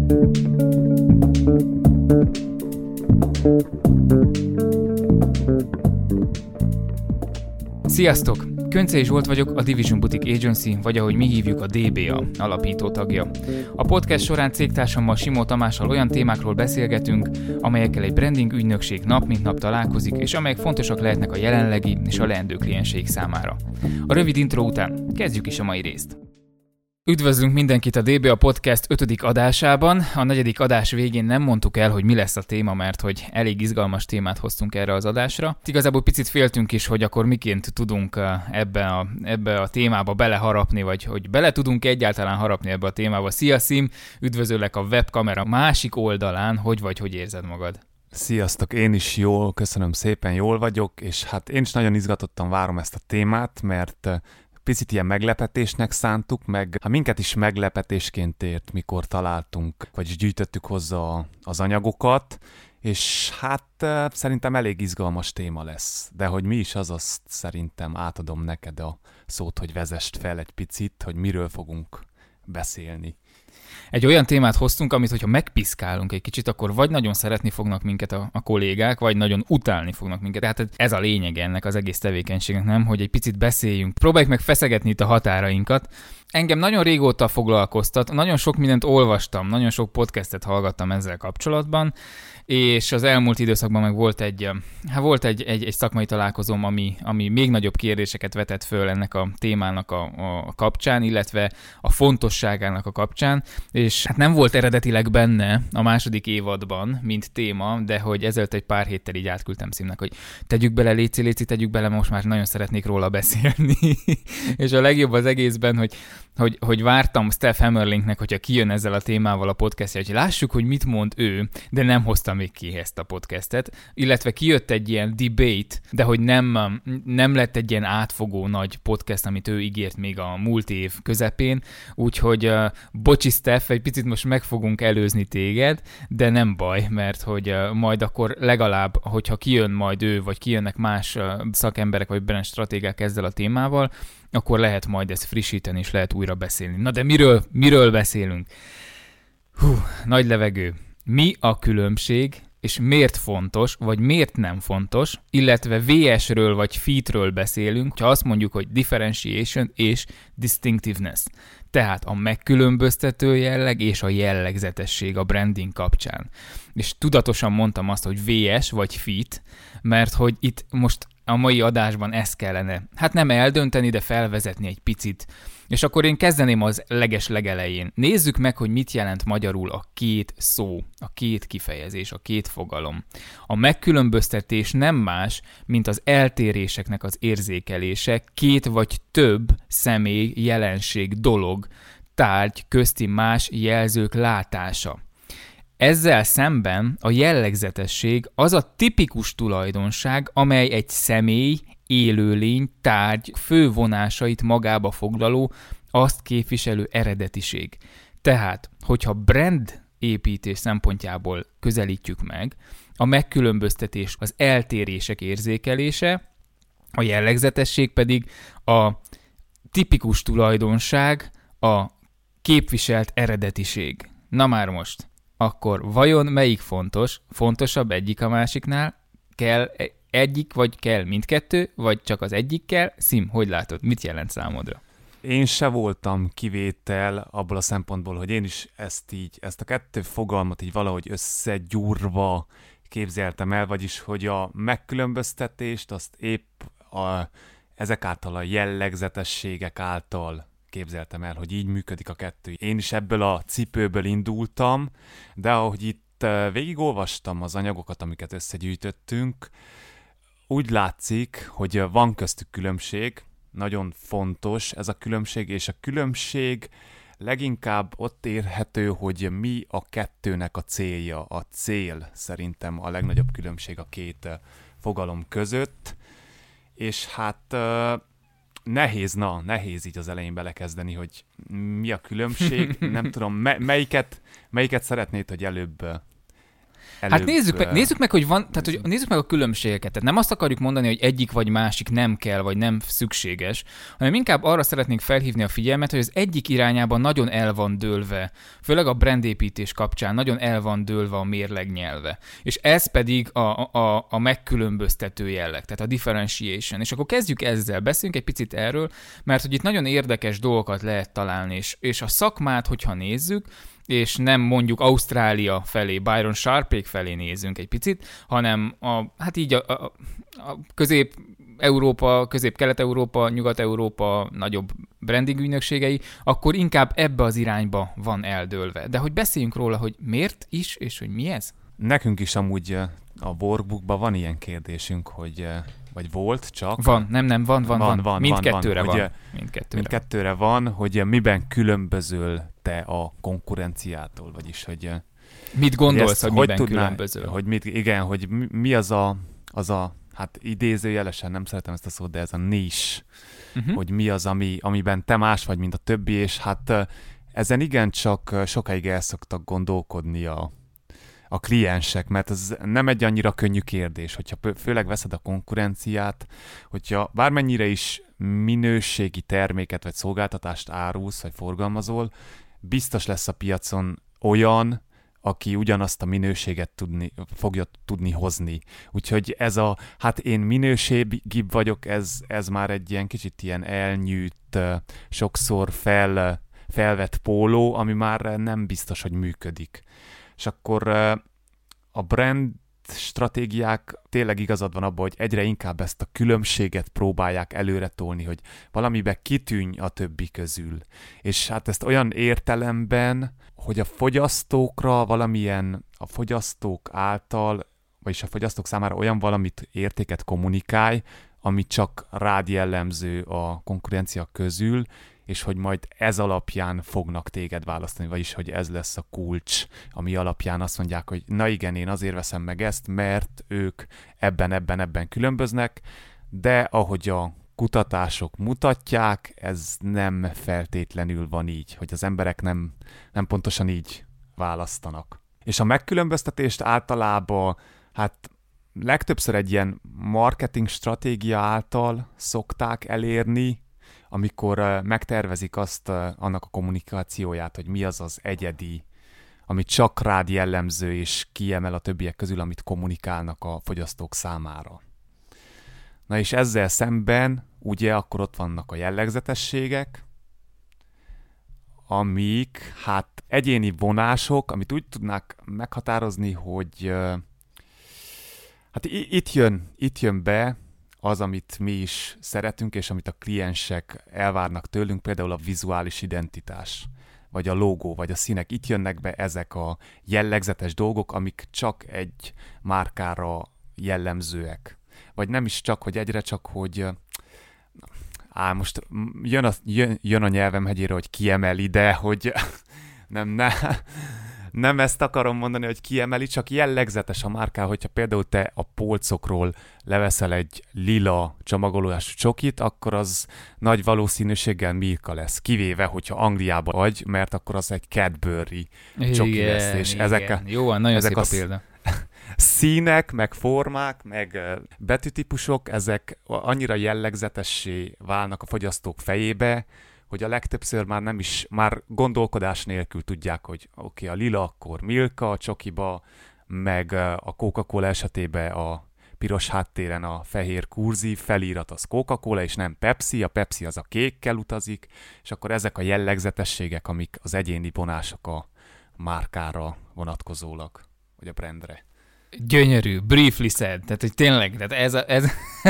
Sziasztok! Köncei Zsolt vagyok, a Division Boutique Agency, vagy ahogy mi hívjuk, a DBA alapító tagja. A podcast során cégtársammal, Simó Tamással olyan témákról beszélgetünk, amelyekkel egy branding ügynökség nap mint nap találkozik, és amelyek fontosak lehetnek a jelenlegi és a leendő klienseik számára. A rövid intro után kezdjük is a mai részt. Üdvözlünk mindenkit a DBA Podcast 5. adásában. A 4. adás végén nem mondtuk el, hogy mi lesz a téma, mert hogy elég izgalmas témát hoztunk erre az adásra. Igazából picit féltünk is, hogy akkor miként tudunk ebbe a témába beleharapni, vagy hogy bele tudunk egyáltalán harapni ebbe a témába. Szia Szim, üdvözöllek a webkamera másik oldalán, hogy érzed magad? Sziasztok, én is jól, köszönöm szépen, jól vagyok, és hát én is nagyon izgatottan várom ezt a témát, mert picit ilyen meglepetésnek szántuk, meg minket is meglepetésként ért, mikor találtunk, vagyis gyűjtöttük hozzá az anyagokat, és hát szerintem elég izgalmas téma lesz. De hogy mi is az, azt szerintem átadom neked a szót, hogy vezest fel egy picit, hogy miről fogunk beszélni. Egy olyan témát hoztunk, amit hogyha megpiszkálunk egy kicsit, akkor vagy nagyon szeretni fognak minket a kollégák, vagy nagyon utálni fognak minket. Tehát ez a lényeg ennek az egész tevékenységnek, nem? Hogy egy picit beszéljünk. Próbáljuk meg feszegetni itt a határainkat. Engem nagyon régóta foglalkoztat, nagyon sok mindent olvastam, nagyon sok podcastet hallgattam ezzel kapcsolatban, és az elmúlt időszakban meg volt egy szakmai találkozóm, ami még nagyobb kérdéseket vetett föl ennek a témának a kapcsán, illetve a fontosságának a kapcsán, és hát nem volt eredetileg benne a második évadban, mint téma, de hogy ezelőtt egy pár héttel így átküldtem Szimnek, hogy tegyük bele, léci, tegyük bele, most már nagyon szeretnék róla beszélni. És a legjobb az egészben, hogy vártam Steph Hammerlinknek, hogyha kijön ezzel a témával a podcastja, hogy lássuk, hogy mit mond ő, de nem hoztam még ki ezt a podcastet, illetve kijött egy ilyen debate, de hogy nem lett egy ilyen átfogó nagy podcast, amit ő ígért még a múlt év közepén, úgyhogy bocsi Steph, egy picit most meg fogunk előzni téged, de nem baj, mert hogy majd akkor legalább, hogyha kijön majd ő, vagy kijönnek más szakemberek, vagy brand stratégák ezzel a témával, akkor lehet majd ezt frissíteni, és lehet újra beszélni. Na de miről beszélünk? Nagy levegő. Mi a különbség, és miért fontos, vagy miért nem fontos, illetve VS-ről vagy feat-ről beszélünk, ha azt mondjuk, hogy differentiation és distinctiveness. Tehát a megkülönböztető jelleg és a jellegzetesség a branding kapcsán. És tudatosan mondtam azt, hogy VS vagy feat, mert hogy itt most a mai adásban ezt kellene, hát nem eldönteni, de felvezetni egy picit. És akkor én kezdeném az legelején. Nézzük meg, hogy mit jelent magyarul a két szó, a két kifejezés, a két fogalom. A megkülönböztetés nem más, mint az eltéréseknek az érzékelése, két vagy több személy, jelenség, dolog, tárgy közti más jelzők látása. Ezzel szemben a jellegzetesség az a tipikus tulajdonság, amely egy személy, élőlény, tárgy fő vonásait magába foglaló, azt képviselő eredetiség. Tehát, hogyha brand építés szempontjából közelítjük meg, a megkülönböztetés az eltérések érzékelése, a jellegzetesség pedig a tipikus tulajdonság, a képviselt eredetiség. Na már most. Akkor vajon melyik fontos? Fontosabb egyik a másiknál? Kell egyik, vagy kell mindkettő, vagy csak az egyik kell? Szim, hogy látod? Mit jelent számodra? Én se voltam kivétel abból a szempontból, hogy én is ezt a kettő fogalmat így valahogy összegyúrva képzeltem el, vagyis hogy a megkülönböztetést azt épp ezek által a jellegzetességek által képzeltem el, hogy így működik a kettő. Én is ebből a cipőből indultam, de ahogy itt végigolvastam az anyagokat, amiket összegyűjtöttünk, úgy látszik, hogy van köztük különbség, nagyon fontos ez a különbség, és a különbség leginkább ott érhető, hogy mi a kettőnek a célja. A cél szerintem a legnagyobb különbség a két fogalom között, és hát nehéz így az elején belekezdeni, hogy mi a különbség. Nem tudom, melyiket szeretnéd, hogy előbb Hát nézzük meg, hogy van, tehát hogy nézzük meg a különbségeket. Tehát nem azt akarjuk mondani, hogy egyik vagy másik nem kell, vagy nem szükséges, hanem inkább arra szeretnénk felhívni a figyelmet, hogy az egyik irányában nagyon el van dőlve, főleg a brandépítés kapcsán nagyon el van dőlve a mérleg nyelve. És ez pedig a megkülönböztető jelleg, tehát a differentiation. És akkor kezdjük ezzel, beszéljünk egy picit erről, mert hogy itt nagyon érdekes dolgokat lehet találni, és a szakmát, hogyha nézzük, és nem mondjuk Ausztrália felé, Byron Sharpék felé nézünk egy picit, hanem a Közép-Európa, Közép-Kelet-Európa, Nyugat-Európa nagyobb branding ügynökségei, akkor inkább ebbe az irányba van eldőlve. De hogy beszéljünk róla, hogy miért is, és hogy mi ez? Nekünk is amúgy a workbookban van ilyen kérdésünk, hogy vagy volt csak. Van. Mindkettőre van. Mindkettőre van, hogy miben különböző te a konkurenciától, vagyis hogy... Mit gondolsz, hogy miben különböző? Hogy mi az a, hát idézőjelesen nem szeretem ezt a szót, de ez a niche, hogy mi az, amiben te más vagy, mint a többi, és hát ezen igencsak sokáig el szoktak gondolkodni a kliensek, mert ez nem egy annyira könnyű kérdés, hogyha főleg veszed a konkurenciát, hogyha bármennyire is minőségi terméket vagy szolgáltatást árulsz, vagy forgalmazol, biztos lesz a piacon olyan, aki ugyanazt a minőséget fogja tudni hozni. Úgyhogy hát én minőségibb vagyok, ez már egy ilyen kicsit ilyen elnyűjt, sokszor felvett póló, ami már nem biztos, hogy működik. És akkor a brand stratégiák tényleg igazad van abban, hogy egyre inkább ezt a különbséget próbálják előre tolni, hogy valamibe kitűnj a többi közül. És hát ezt olyan értelemben, hogy a fogyasztókra a fogyasztók által, vagyis a fogyasztók számára olyan valamit értéket kommunikálj, ami csak rád jellemző a konkurencia közül, és hogy majd ez alapján fognak téged választani, vagyis hogy ez lesz a kulcs, ami alapján azt mondják, hogy na igen, én azért veszem meg ezt, mert ők ebben különböznek, de ahogy a kutatások mutatják, ez nem feltétlenül van így, hogy az emberek nem pontosan így választanak. És a megkülönböztetést általában, hát legtöbbször egy ilyen marketing stratégia által szokták elérni, amikor megtervezik annak a kommunikációját, hogy mi az az egyedi, ami csak rád jellemző és kiemel a többiek közül, amit kommunikálnak a fogyasztók számára. Na és ezzel szemben ugye akkor ott vannak a jellegzetességek, amik hát egyéni vonások, amit úgy tudnák meghatározni, hogy hát itt jön be az, amit mi is szeretünk, és amit a kliensek elvárnak tőlünk, például a vizuális identitás, vagy a logó, vagy a színek. Itt jönnek be ezek a jellegzetes dolgok, amik csak egy márkára jellemzőek. Vagy nem is csak, hogy egyre csak, hogy most jön a nyelvem hegyére, hogy kiemeli, de hogy nem ezt akarom mondani, hogy kiemeli, csak jellegzetes a márká, hogyha például te a polcokról leveszel egy lila csomagolású csokit, akkor az nagy valószínűséggel Milka lesz, kivéve, hogyha Angliában vagy, mert akkor az egy Cadbury csoki lesz. És Jó, nagyon szép a példa. Színek, meg formák, meg betűtípusok, ezek annyira jellegzetessé válnak a fogyasztók fejébe, hogy a legtöbbször már gondolkodás nélkül tudják, hogy oké, a lila akkor Milka a csokiba, meg a Coca-Cola esetében a piros háttéren a fehér kurzív felirat az Coca-Cola, és nem Pepsi, a Pepsi az a kékkel utazik, és akkor ezek a jellegzetességek, amik az egyéni vonások a márkára vonatkozólag, vagy a brandre. Gyönyörű, briefly said, tehát hogy tényleg, tehát ez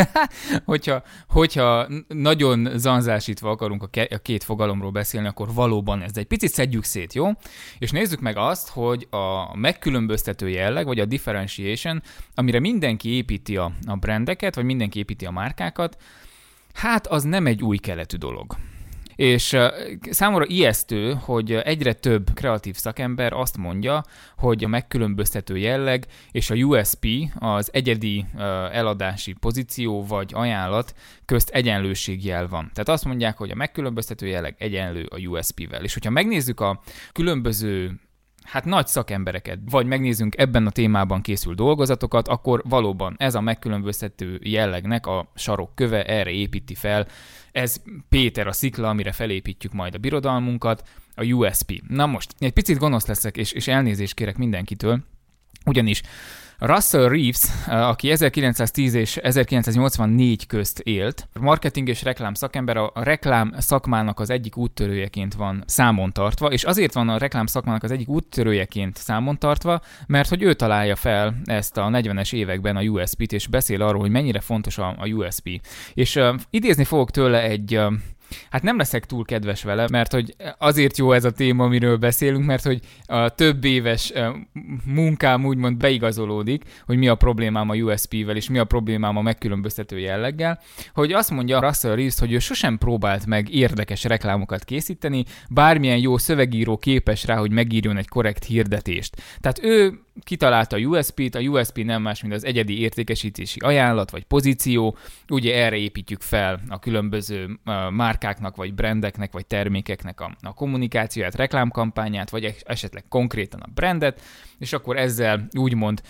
hogyha nagyon zanzásítva akarunk a két fogalomról beszélni, akkor valóban ez. De egy picit szedjük szét, jó? És nézzük meg azt, hogy a megkülönböztető jelleg, vagy a differentiation, amire mindenki építi a brandeket, vagy mindenki építi a márkákat, hát az nem egy új keletű dolog. És számomra ijesztő, hogy egyre több kreatív szakember azt mondja, hogy a megkülönböztető jelleg és a USP, az egyedi eladási pozíció vagy ajánlat közt egyenlőségjel van. Tehát azt mondják, hogy a megkülönböztető jelleg egyenlő a USP-vel. És hogyha megnézzük a különböző hát nagy szakembereket, vagy megnézzünk ebben a témában készült dolgozatokat, akkor valóban ez a megkülönböztető jellegnek a sarokköve, erre építi fel. Ez Péter a szikla, amire felépítjük majd a birodalmunkat, a USP. Na most, egy picit gonosz leszek, és elnézést kérek mindenkitől, ugyanis Russell Reeves, aki 1910 és 1984 közt élt, marketing és reklám szakember, a reklám szakmának az egyik úttörőjeként van számon tartva, és azért van a reklám szakmának az egyik úttörőjeként számon tartva, mert hogy ő találja fel ezt a 40-es években a USP-t, és beszél arról, hogy mennyire fontos a USP. És idézni fogok tőle egy... Hát nem leszek túl kedves vele, mert hogy azért jó ez a téma, amiről beszélünk, mert hogy a több éves munkám úgymond beigazolódik, hogy mi a problémám a USP-vel, és mi a problémám a megkülönböztető jelleggel, hogy azt mondja Russell Reeves, hogy ő sosem próbált meg érdekes reklámokat készíteni, bármilyen jó szövegíró képes rá, hogy megírjon egy korrekt hirdetést. Tehát ő kitalálta a USP-t, a USP nem más, mint az egyedi értékesítési ajánlat vagy pozíció, ugye erre építjük fel a különböző márkáknak, vagy brandeknek, vagy termékeknek a kommunikációját, reklámkampányát, vagy esetleg konkrétan a brandet, és akkor ezzel úgymond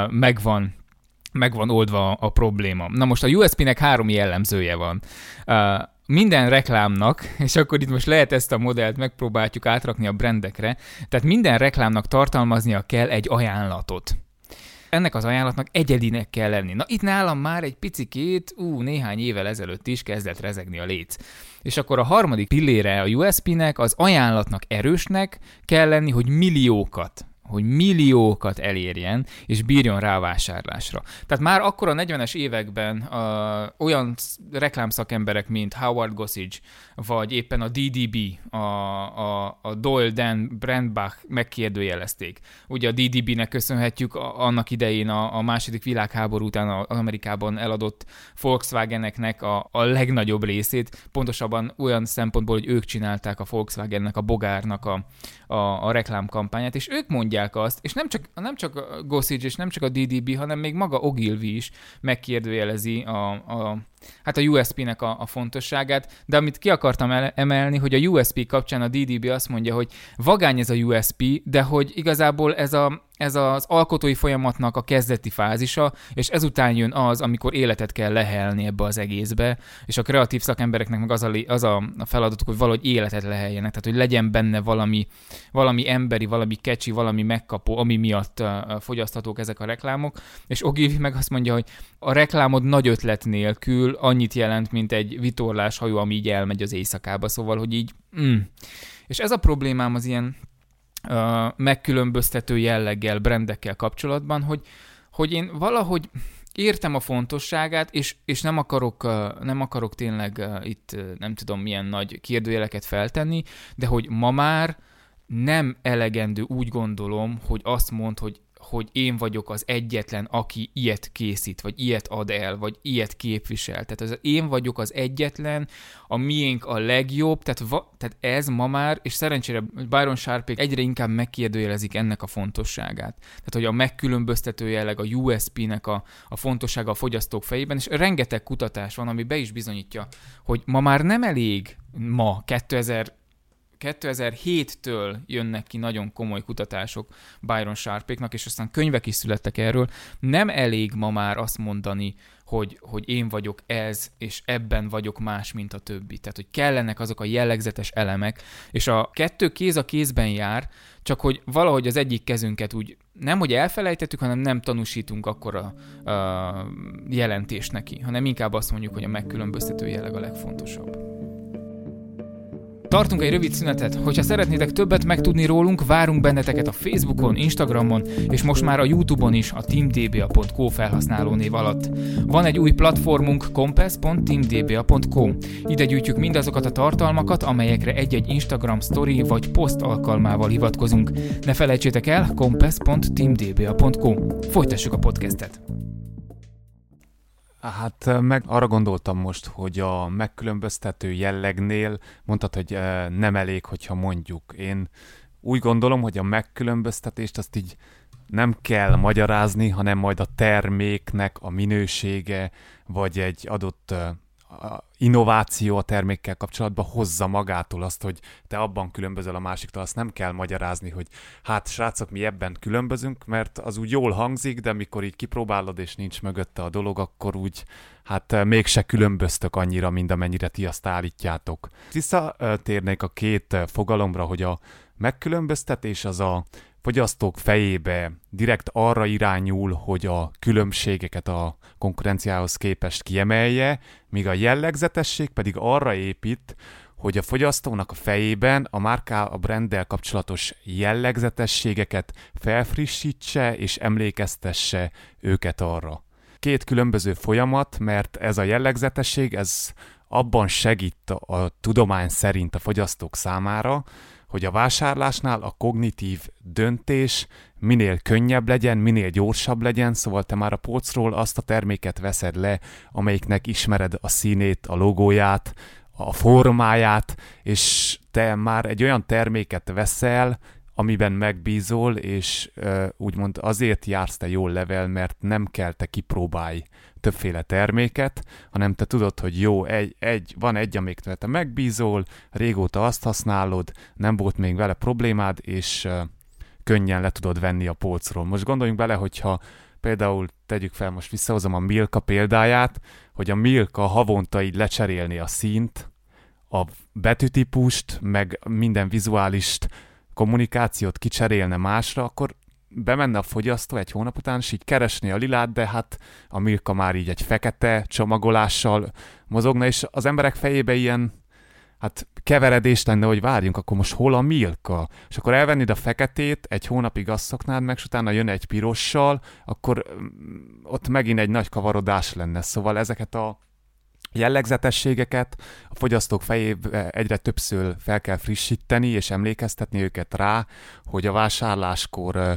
megvan oldva a probléma. Na most a USP-nek 3 jellemzője van. Minden reklámnak, és akkor itt most lehet ezt a modellt megpróbáljuk átrakni a brandekre, tehát minden reklámnak tartalmaznia kell egy ajánlatot. Ennek az ajánlatnak egyedinek kell lenni. Na itt nálam már egy picikét, néhány évvel ezelőtt is kezdett rezegni a léc. És akkor a harmadik pillére a USP-nek, az ajánlatnak erősnek kell lenni, hogy milliókat elérjen, és bírjon rá a vásárlásra. Tehát már akkor a 40-es években olyan reklámszakemberek, mint Howard Gossage, vagy éppen a DDB, a Doyle Dan Brandbach megkérdőjelezték. Ugye a DDB-nek köszönhetjük annak idején a második világháború után az Amerikában eladott Volkswageneknek a legnagyobb részét, pontosabban olyan szempontból, hogy ők csinálták a Volkswagennek, a Bogárnak a reklámkampányát, és ők mondják azt, és nem csak a Gossage és nem csak a DDB, hanem még maga Ogilvy is megkérdőjelezi a USP-nek a fontosságát, de amit ki akartam emelni, hogy a USP kapcsán a DDB azt mondja, hogy vagány ez a USP, de hogy igazából ez az alkotói folyamatnak a kezdeti fázisa, és ezután jön az, amikor életet kell lehelni ebbe az egészbe, és a kreatív szakembereknek meg az a feladatuk, hogy valahogy életet leheljenek, tehát hogy legyen benne valami emberi, valami catchy, valami megkapó, ami miatt fogyaszthatók ezek a reklámok, és Ogilvy meg azt mondja, hogy a reklámod nagy ötlet nélkül annyit jelent, mint egy vitorláshajó, ami így elmegy az éjszakába, szóval, hogy így... És ez a problémám az ilyen megkülönböztető jelleggel, brandekkel kapcsolatban, hogy én valahogy értem a fontosságát, és nem akarok tényleg itt nem tudom milyen nagy kérdőjeleket feltenni, de hogy ma már nem elegendő, úgy gondolom, hogy azt mond, hogy én vagyok az egyetlen, aki ilyet készít, vagy ilyet ad el, vagy ilyet képvisel. Tehát én vagyok az egyetlen, a miénk a legjobb, tehát ez ma már, és szerencsére Byron Sharpék egyre inkább megkérdőjelezik ennek a fontosságát. Tehát, hogy a megkülönböztető jelleg, a USP-nek a fontossága a fogyasztók fejében, és rengeteg kutatás van, ami be is bizonyítja, hogy ma már nem elég 2007-től jönnek ki nagyon komoly kutatások Byron Sharpéknak, és aztán könyvek is születtek erről. Nem elég ma már azt mondani, hogy én vagyok ez, és ebben vagyok más, mint a többi. Tehát, hogy kellenek azok a jellegzetes elemek, és a kettő kéz a kézben jár, csak hogy valahogy az egyik kezünket úgy nem, hogy elfelejtettük, hanem nem tanúsítunk akkora jelentést neki, hanem inkább azt mondjuk, hogy a megkülönböztető jelleg a legfontosabb. Tartunk egy rövid szünetet, hogyha szeretnétek többet megtudni rólunk, várunk benneteket a Facebookon, Instagramon, és most már a YouTube-on is a teamdba.co felhasználónév alatt. Van egy új platformunk, compass.teamdba.com. Ide gyűjtjük mindazokat a tartalmakat, amelyekre egy-egy Instagram story vagy poszt alkalmával hivatkozunk. Ne felejtsétek el, compass.teamdba.com. Folytassuk a podcastet! Hát meg arra gondoltam most, hogy a megkülönböztető jellegnél mondtad, hogy nem elég, hogyha mondjuk. Én úgy gondolom, hogy a megkülönböztetést azt így nem kell magyarázni, hanem majd a terméknek a minősége, vagy egy adott innováció a termékkel kapcsolatban hozza magától azt, hogy te abban különbözel a másiktól, azt nem kell magyarázni, hogy hát srácok, mi ebben különbözünk, mert az úgy jól hangzik, de mikor így kipróbálod és nincs mögötte a dolog, akkor úgy hát mégse különböztök annyira, mint amennyire ti azt állítjátok. Visszatérnék a két fogalomra, hogy a megkülönböztetés az a fogyasztók fejébe direkt arra irányul, hogy a különbségeket a konkurenciához képest kiemelje, míg a jellegzetesség pedig arra épít, hogy a fogyasztónak a fejében a branddel kapcsolatos jellegzetességeket felfrissítse és emlékeztesse őket arra. Két különböző folyamat, mert ez a jellegzetesség, ez abban segít a tudomány szerint a fogyasztók számára, hogy a vásárlásnál a kognitív döntés minél könnyebb legyen, minél gyorsabb legyen, szóval te már a polcról azt a terméket veszed le, amelyiknek ismered a színét, a logóját, a formáját, és te már egy olyan terméket veszel, amiben megbízol, és úgymond azért jársz te jól level, mert nem kell te kipróbálj többféle terméket, hanem te tudod, hogy jó, van egy, amiket te megbízol, régóta azt használod, nem volt még vele problémád, és könnyen le tudod venni a polcról. Most gondoljunk bele, hogyha például tegyük fel, most visszahozom a Milka példáját, hogy a Milka havonta így lecserélni a színt, a betűtípust, meg minden vizuálist, kommunikációt kicserélne másra, akkor bemenne a fogyasztó egy hónap után, és így keresné a lilát, de hát a Milka már így egy fekete csomagolással mozogna, és az emberek fejébe ilyen keveredés lenne, hogy várjunk, akkor most hol a Milka? És akkor elvennéd a feketét, egy hónapig azt szoknád meg, és utána jön egy pirossal, akkor ott megint egy nagy kavarodás lenne. Szóval ezeket a jellegzetességeket a fogyasztók fejébe egyre többször fel kell frissíteni, és emlékeztetni őket rá, hogy a vásárláskor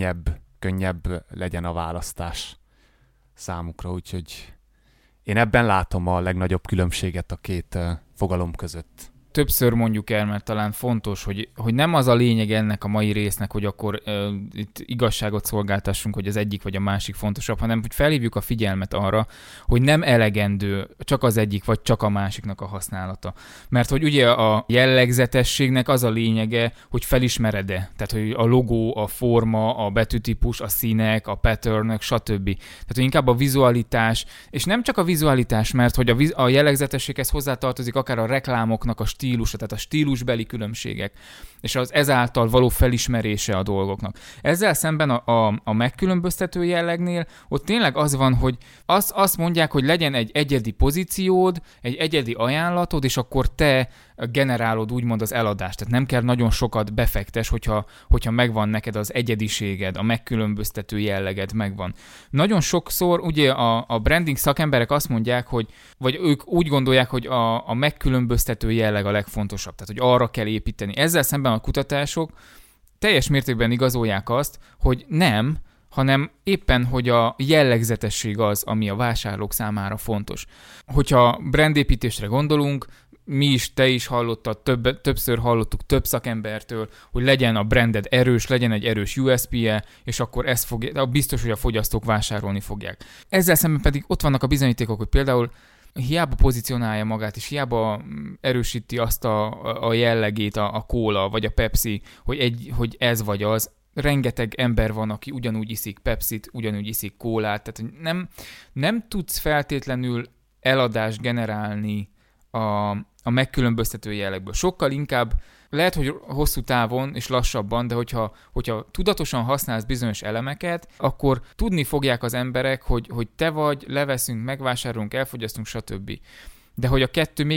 könnyebb legyen a választás számukra. Úgyhogy én ebben látom a legnagyobb különbséget a két fogalom között. Többször mondjuk el, mert talán fontos, hogy nem az a lényeg ennek a mai résznek, hogy akkor itt igazságot szolgáltassunk, hogy az egyik vagy a másik fontosabb, hanem hogy felhívjuk a figyelmet arra, hogy nem elegendő csak az egyik vagy csak a másiknak a használata. Mert hogy ugye a jellegzetességnek az a lényege, hogy felismered-e. Tehát, hogy a logó, a forma, a betűtípus, a színek, a patternök, stb. Tehát, hogy inkább a vizualitás, és nem csak a vizualitás, mert hogy a jellegzetességhez hozzátartozik akár a reklámoknak a stílusa, tehát a stílusbeli különbségek, és az ezáltal való felismerése a dolgoknak. Ezzel szemben a megkülönböztető jellegnél ott tényleg az van, hogy azt mondják, hogy legyen egy egyedi pozíciód, egy egyedi ajánlatod, és akkor te generálod úgymond az eladást. Tehát nem kell nagyon sokat befektes, hogyha megvan neked az egyediséged, a megkülönböztető jelleged megvan. Nagyon sokszor ugye a branding szakemberek azt mondják, vagy ők úgy gondolják, hogy a megkülönböztető jelleg a legfontosabb, tehát hogy arra kell építeni. Ezzel szemben a kutatások teljes mértékben igazolják azt, hogy nem, hanem éppen, hogy a jellegzetesség az, ami a vásárlók számára fontos. Hogyha brandépítésre gondolunk, mi is, te is hallottad, többször hallottuk több szakembertől, hogy legyen a branded erős, legyen egy erős USP-je, és akkor biztos, hogy a fogyasztók vásárolni fogják. Ezzel szemben pedig ott vannak a bizonyítékok, hogy például hiába pozícionálja magát, és hiába erősíti azt a jellegét a Cola vagy a Pepsi, hogy ez vagy az. Rengeteg ember van, aki ugyanúgy iszik Pepsit, ugyanúgy iszik Colát, tehát nem tudsz feltétlenül eladást generálni a megkülönböztető jellegből. Sokkal inkább, lehet, hogy hosszú távon és lassabban, de hogyha tudatosan használsz bizonyos elemeket, akkor tudni fogják az emberek, hogy te vagy, leveszünk, megvásárolunk, elfogyasztunk, stb. De hogy a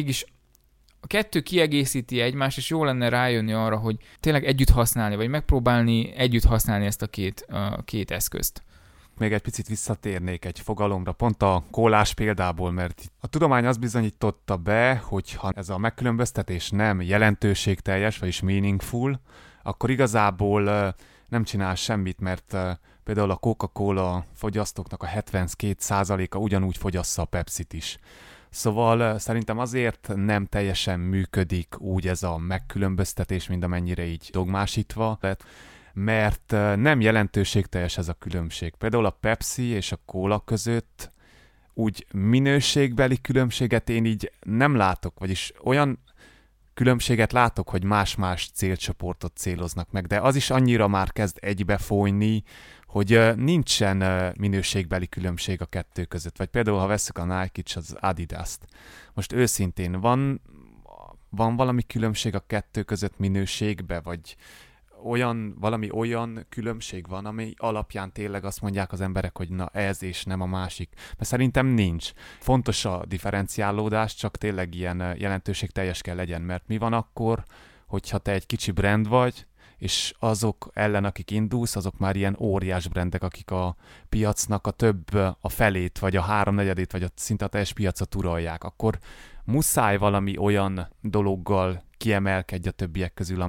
kettő kiegészíti egymást, és jó lenne rájönni arra, hogy tényleg együtt használni, vagy megpróbálni együtt használni ezt a két eszközt. Még egy picit visszatérnék egy fogalomra, pont a kólás példából, mert a tudomány azt bizonyította be, hogy ha ez a megkülönböztetés nem jelentőségteljes, vagyis meaningful, akkor igazából nem csinál semmit, mert például a Coca-Cola fogyasztóknak a 72%-a ugyanúgy fogyassza a Pepsit is. Szóval szerintem azért nem teljesen működik úgy ez a megkülönböztetés, mint amennyire így dogmásítva, mert nem jelentőségteljes ez a különbség. Például a Pepsi és a Cola között úgy minőségbeli különbséget én így nem látok, vagyis olyan különbséget látok, hogy más-más célcsoportot céloznak meg, de az is annyira már kezd egybefolyni, hogy nincsen minőségbeli különbség a kettő között. Vagy például, ha vesszük a Nike-t, az Adidas-t. Most őszintén, van valami különbség a kettő között minőségbe, vagy valami olyan különbség van, ami alapján tényleg azt mondják az emberek, hogy na ez és nem a másik. Mert szerintem nincs. Fontos a differenciálódás, csak tényleg ilyen jelentőségteljes kell legyen, mert mi van akkor, hogyha te egy kicsi brand vagy, és azok ellen, akik indulsz, azok már ilyen óriás brandek, akik a piacnak a felét, vagy a 3/4, vagy szinte a teljes piacot uralják, akkor muszáj valami olyan dologgal kiemelkedj a többiek közül,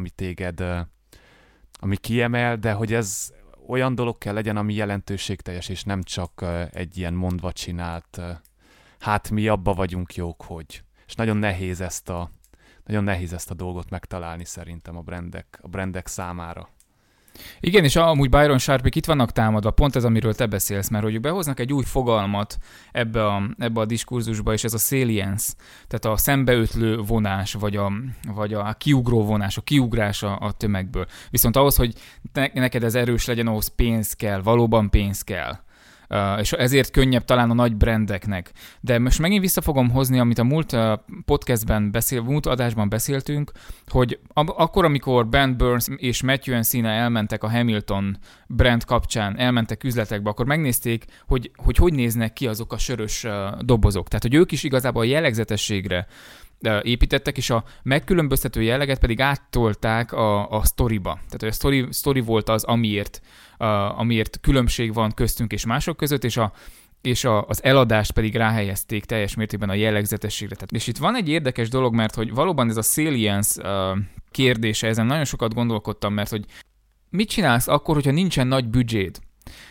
ami kiemel, de hogy ez olyan dolog kell legyen, ami jelentőségteljes, és nem csak egy ilyen mondva csinált, hát mi abba vagyunk jók, hogy. És nagyon nehéz ezt a dolgot megtalálni szerintem a brandek számára. Igen, és amúgy Byron Sharpék itt vannak támadva, pont ez, amiről te beszélsz, mert hogy behoznak egy új fogalmat ebbe a diskurzusba, és ez a salience, tehát a szembeötlő vonás, vagy a kiugró vonás, a kiugrás a tömegből. Viszont ahhoz, hogy neked ez erős legyen, ahhoz pénz kell, valóban pénz kell. És ezért könnyebb talán a nagy brandeknek. De most megint vissza fogom hozni, amit a múlt múlt adásban beszéltünk, hogy akkor, amikor Ben Burns és Matthew Ensina elmentek a Hamilton brand kapcsán, elmentek üzletekbe, akkor megnézték, hogy néznek ki azok a sörös dobozok. Tehát, hogy ők is igazából a jellegzetességre építettek, és a megkülönböztető jelleget pedig áttolták a sztoriba. Tehát, hogy a sztori volt az, amiért különbség van köztünk és mások között, és az eladást pedig ráhelyezték teljes mértékben a jellegzetességre. Tehát, és itt van egy érdekes dolog, mert hogy valóban ez a salience kérdése, ezen nagyon sokat gondolkodtam, mert hogy mit csinálsz akkor, hogyha nincsen nagy büdzséd?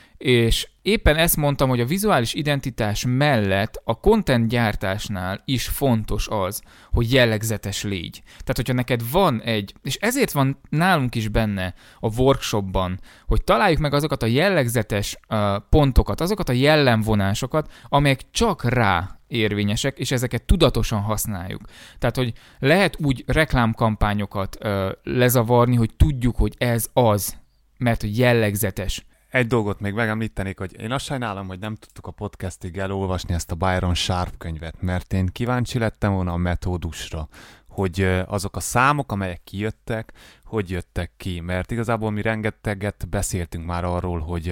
És éppen ezt mondtam, hogy a vizuális identitás mellett a content gyártásnál is fontos az, hogy jellegzetes légy. Tehát, hogyha neked van és ezért van nálunk is benne a workshopban, hogy találjuk meg azokat a jellegzetes pontokat, azokat a jellemvonásokat, amelyek csak rá érvényesek, és ezeket tudatosan használjuk. Tehát, hogy lehet úgy reklámkampányokat lezavarni, hogy tudjuk, hogy ez az, mert hogy jellegzetes. Egy dolgot még megemlítenék, hogy én azt sajnálom, hogy nem tudtuk a podcastig elolvasni ezt a Byron Sharp könyvet, mert én kíváncsi lettem volna a metódusra, hogy azok a számok, amelyek kijöttek, hogy jöttek ki, mert igazából mi rengeteget beszéltünk már arról, hogy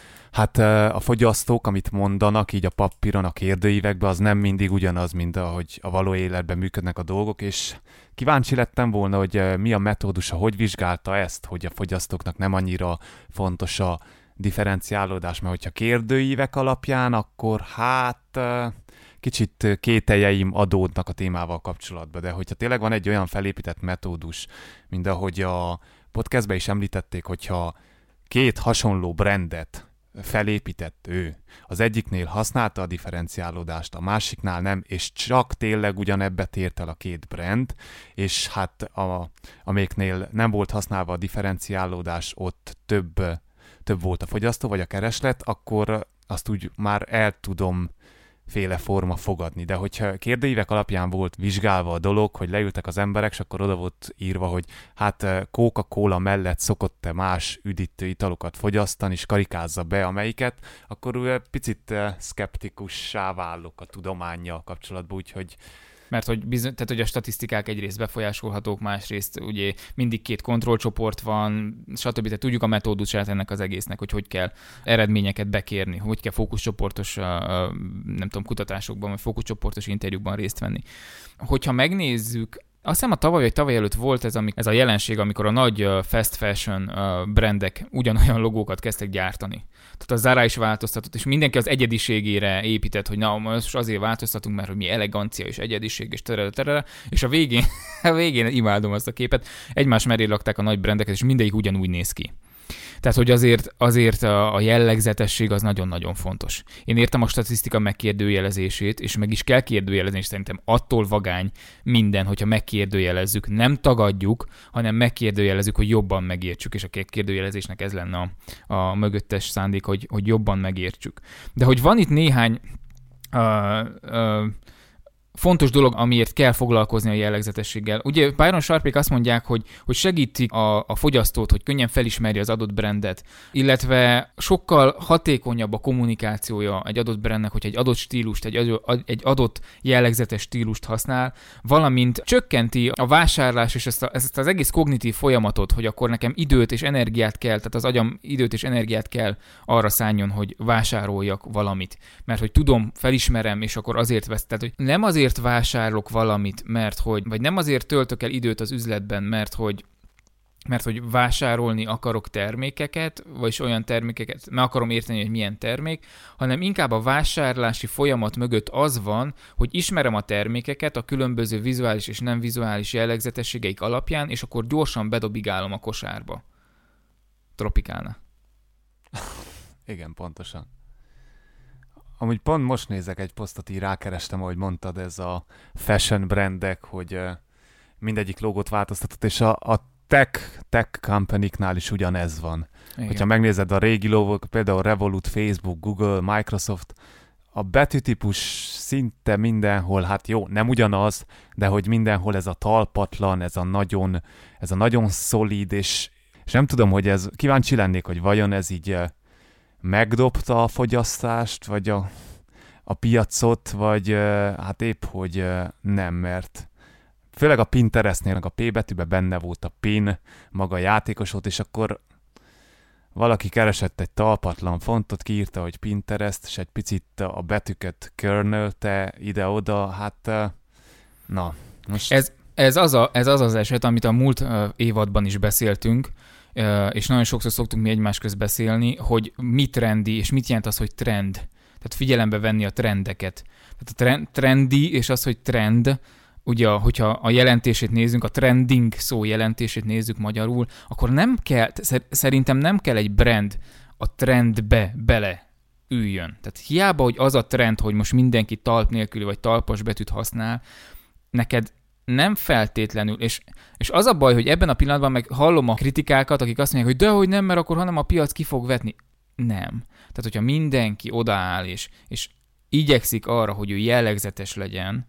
hát a fogyasztók, amit mondanak így a papíron, a kérdőívekben, az nem mindig ugyanaz, mint ahogy a való életben működnek a dolgok, és kíváncsi lettem volna, hogy mi a metódusa, hogy vizsgálta ezt, hogy a fogyasztóknak nem annyira fontos a differenciálódás, mert hogyha kérdőívek alapján, akkor hát kicsit kételjeim adódnak a témával kapcsolatban, de hogyha tényleg van egy olyan felépített metódus, mint ahogy a podcastben is említették, hogyha két hasonló brandet felépített ő. Az egyiknél használta a differenciálódást, a másiknál nem, és csak tényleg ugyanebbe tért el a két brand, és hát amelyiknél nem volt használva a differenciálódás, ott több volt a fogyasztó, vagy a kereslet, akkor azt úgy már el tudom féle forma fogadni. De hogyha kérdőívek alapján volt vizsgálva a dolog, hogy leültek az emberek, és akkor oda volt írva, hogy hát Coca-Cola mellett szokott-e más üdítő italokat fogyasztani, és karikázza be amelyiket, akkor picit szkeptikussá válok a tudománnyal kapcsolatban, úgyhogy mert hogy tehát, hogy a statisztikák egyrészt befolyásolhatók, másrészt ugye mindig két kontrollcsoport van, stb. Tehát tudjuk a metódusát ennek az egésznek, hogy kell eredményeket bekérni, hogy kell fókuszcsoportos, nem tudom, kutatásokban, vagy fókuszcsoportos interjúkban részt venni. Hogyha megnézzük, azt hiszem a tavaly vagy tavaly előtt volt ez a jelenség, amikor a nagy fast fashion brandek ugyanolyan logókat kezdtek gyártani. Tehát a Zara is változtatott, és mindenki az egyediségére épített, hogy na, most azért változtatunk, mert hogy mi elegancia és egyediség, és terere, és a végén imádom azt a képet, egymás mellé lakták a nagy brandeket, és mindegyik ugyanúgy néz ki. Tehát, hogy azért a jellegzetesség az nagyon-nagyon fontos. Én értem a statisztika megkérdőjelezését, és meg is kell kérdőjelezni, és szerintem attól vagány minden, hogyha megkérdőjelezzük, nem tagadjuk, hanem megkérdőjelezzük, hogy jobban megértsük, és a kérdőjelezésnek ez lenne a mögöttes szándék, hogy jobban megértsük. De hogy van itt néhány fontos dolog, amiért kell foglalkozni a jellegzetességgel. Ugye Byron Sharpék azt mondják, hogy segítik a fogyasztót, hogy könnyen felismerje az adott brandet, illetve sokkal hatékonyabb a kommunikációja egy adott brandnek, hogy egy adott stílust, egy adott jellegzetes stílust használ, valamint csökkenti a vásárlás és ezt az egész kognitív folyamatot, hogy akkor nekem időt és energiát kell, tehát az agyam időt és energiát kell arra szálljon, hogy vásároljak valamit. Mert hogy tudom, felismerem, és akkor azért vesz. Tehát, hogy nem azért vásárolok valamit, vagy nem azért töltök el időt az üzletben, mert hogy vásárolni akarok termékeket, vagyis olyan termékeket, meg akarom érteni, hogy milyen termék, hanem inkább a vásárlási folyamat mögött az van, hogy ismerem a termékeket a különböző vizuális és nem vizuális jellegzetességeik alapján, és akkor gyorsan bedobigálom a kosárba. Tropicana. Igen, pontosan. Amúgy pont most nézek egy posztot, így rákerestem, ahogy mondtad, ez a fashion brandek, hogy mindegyik logót változtatott, és a tech company-knál is ugyanez van. Igen. Hogyha megnézed a régi logók, például Revolut, Facebook, Google, Microsoft, a betűtípus szinte mindenhol, hát jó, nem ugyanaz, de hogy mindenhol ez a talpatlan, ez a nagyon szolid, és nem tudom, hogy ez, kíváncsi lennék, hogy vajon ez így megdobta a fogyasztást, vagy a piacot, vagy hát épp, hogy nem, mert főleg a Pinterestnél, meg a P betűben benne volt a pin, maga a játékos volt, és akkor valaki keresett egy talpatlan fontot, kiírta, hogy Pinterest, és egy picit a betűket körnölte ide-oda, hát na. Most... Ez az eset, amit a múlt évadban is beszéltünk, és nagyon sokszor szoktunk mi egymás közt beszélni, hogy mi trendi, és mit jelent az, hogy trend. Tehát figyelembe venni a trendeket. Tehát a trendi, és az, hogy trend, ugye, hogyha a jelentését nézzünk, a trending szó jelentését nézzük magyarul, akkor szerintem nem kell egy brand a trendbe bele üljön. Tehát hiába, hogy az a trend, hogy most mindenki talp nélküli vagy talpas betűt használ, neked nem feltétlenül, és az a baj, hogy ebben a pillanatban meg hallom a kritikákat, akik azt mondják, hogy dehogy nem, mert akkor hanem a piac ki fog vetni. Nem. Tehát, hogyha mindenki odaáll, és igyekszik arra, hogy ő jellegzetes legyen,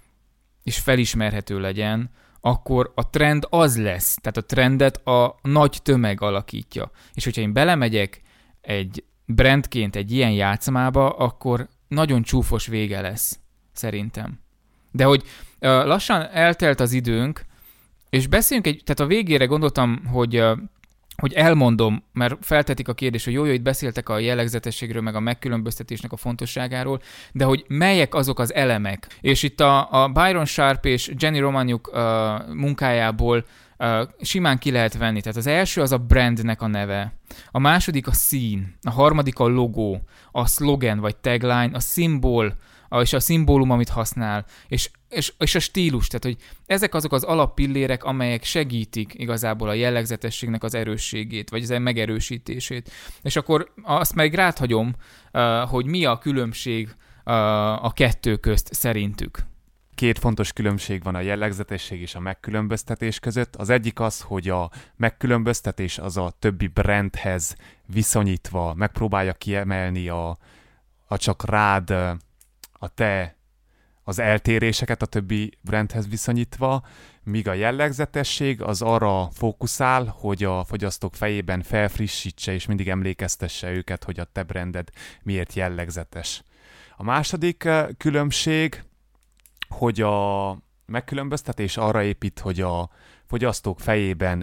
és felismerhető legyen, akkor a trend az lesz. Tehát a trendet a nagy tömeg alakítja. És hogyha én belemegyek egy brandként egy ilyen játszmába, akkor nagyon csúfos vége lesz, szerintem. De hogy lassan eltelt az időnk, és beszéljünk tehát a végére gondoltam, hogy elmondom, mert feltetik a kérdést, hogy jó, itt beszéltek a jellegzetességről, meg a megkülönböztetésnek a fontosságáról, de hogy melyek azok az elemek. És itt a Byron Sharp és Jenny Romaniuk munkájából simán ki lehet venni. Tehát az első az a brandnek a neve, a második a szín, a harmadik a logó, a szlogen vagy tagline, a szimbol, és a szimbólum, amit használ, és a stílus, tehát hogy ezek azok az alappillérek, amelyek segítik igazából a jellegzetességnek az erősségét, vagy az megerősítését. És akkor azt meg rád hagyom, hogy mi a különbség a kettő közt szerintük. Két fontos különbség van a jellegzetesség és a megkülönböztetés között. Az egyik az, hogy a megkülönböztetés az a többi brandhez viszonyítva megpróbálja kiemelni a csak rád az eltéréseket a többi brandhez viszonyítva, míg a jellegzetesség az arra fókuszál, hogy a fogyasztók fejében felfrissítse és mindig emlékeztesse őket, hogy a te branded miért jellegzetes. A második különbség, hogy a megkülönböztetés arra épít, hogy a fogyasztók fejében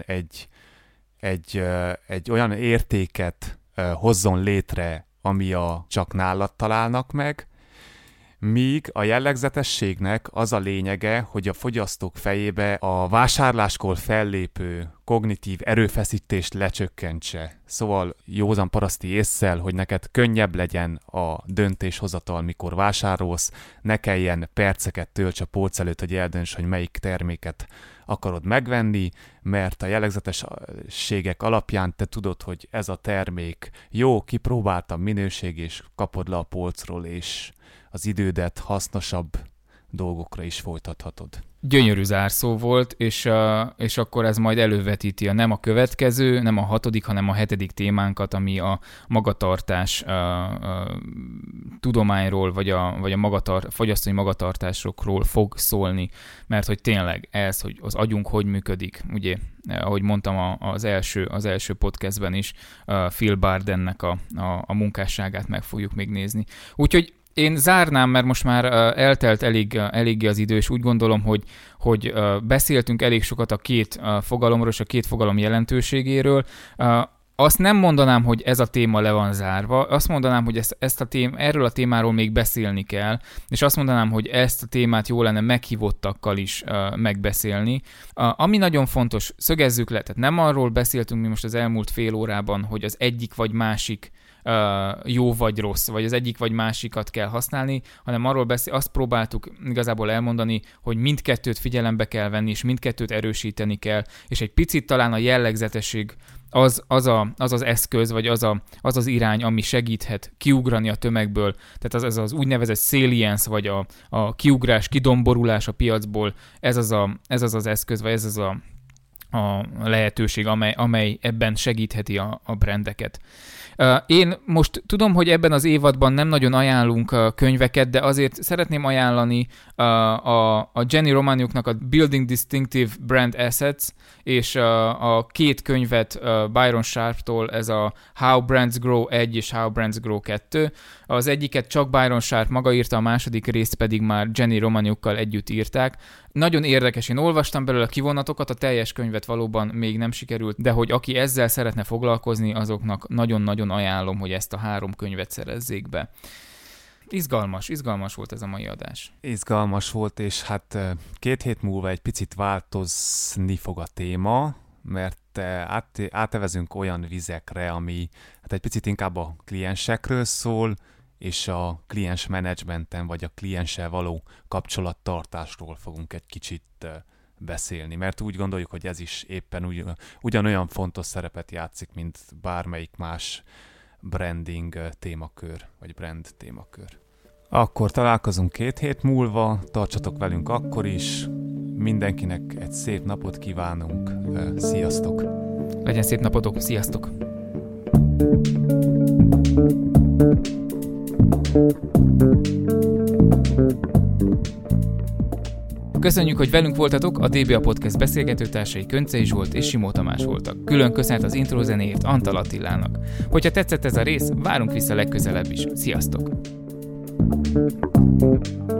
egy olyan értéket hozzon létre, ami csak nálad találnak meg, míg a jellegzetességnek az a lényege, hogy a fogyasztók fejébe a vásárláskor fellépő kognitív erőfeszítést lecsökkentse. Szóval józan paraszti ésszel, hogy neked könnyebb legyen a döntéshozatal, mikor vásárolsz, ne kelljen perceket tölts a polc előtt, hogy eldönts, hogy melyik terméket akarod megvenni, mert a jellegzetességek alapján te tudod, hogy ez a termék jó, kipróbáltam, minőség, és kapod le a polcról, és az idődet hasznosabb dolgokra is folytathatod. Gyönyörű zárszó volt, és akkor ez majd elővetíti nem a következő, nem a 6., hanem a 7. témánkat, ami a magatartás tudományról, vagy a fogyasztói magatartásokról fog szólni, mert hogy tényleg ez, hogy az agyunk hogy működik, ugye, ahogy mondtam az első podcastben is, Phil Bardennek a munkásságát meg fogjuk még nézni. Úgyhogy én zárnám, mert most már eltelt eléggé az idő, és úgy gondolom, hogy beszéltünk elég sokat a két fogalomról és a két fogalom jelentőségéről. Azt nem mondanám, hogy ez a téma le van zárva, azt mondanám, hogy erről a témáról még beszélni kell, és azt mondanám, hogy ezt a témát jó lenne meghívottakkal is megbeszélni. Ami nagyon fontos, szögezzük le, tehát nem arról beszéltünk mi most az elmúlt fél órában, hogy az egyik vagy másik jó vagy rossz, vagy az egyik vagy másikat kell használni, hanem arról azt próbáltuk igazából elmondani, hogy mindkettőt figyelembe kell venni, és mindkettőt erősíteni kell, és egy picit talán a jellegzetesség az az eszköz, vagy az az irány, ami segíthet kiugrani a tömegből, tehát ez az úgynevezett salience, vagy a kiugrás, kidomborulás a piacból, ez az az eszköz, vagy ez az a lehetőség, amely ebben segítheti a brandeket. Én most tudom, hogy ebben az évadban nem nagyon ajánlunk könyveket, de azért szeretném ajánlani a Jenny Romaniuknak a Building Distinctive Brand Assets, és a két könyvet Byron Sharptól, ez a How Brands Grow 1 és How Brands Grow 2. Az egyiket csak Byron Sharp maga írta, a második részt pedig már Jenny Romaniukkal együtt írták. Nagyon érdekes, én olvastam belőle a kivonatokat, a teljes könyvet valóban még nem sikerült, de hogy aki ezzel szeretne foglalkozni, azoknak nagyon-nagyon ajánlom, hogy ezt a 3 könyvet szerezzék be. Izgalmas volt ez a mai adás. Izgalmas volt, és hát 2 hét múlva egy picit változni fog a téma, mert átevezünk olyan vizekre, ami hát egy picit inkább a kliensekről szól, és a kliens menedzsmenten, vagy a klienssel való kapcsolattartásról fogunk egy kicsit beszélni, mert úgy gondoljuk, hogy ez is éppen ugyanolyan fontos szerepet játszik, mint bármelyik más branding témakör, vagy brand témakör. Akkor találkozunk 2 hét múlva, tartsatok velünk akkor is, mindenkinek egy szép napot kívánunk, sziasztok! Legyen szép napotok, sziasztok! Köszönjük, hogy velünk voltatok, a DBA Podcast beszélgetőtársai Köncei Zsolt és Simó Tamás voltak. Külön köszönet az intro zenéért Antal Attilának. Hogyha tetszett ez a rész, várunk vissza legközelebb is. Sziasztok!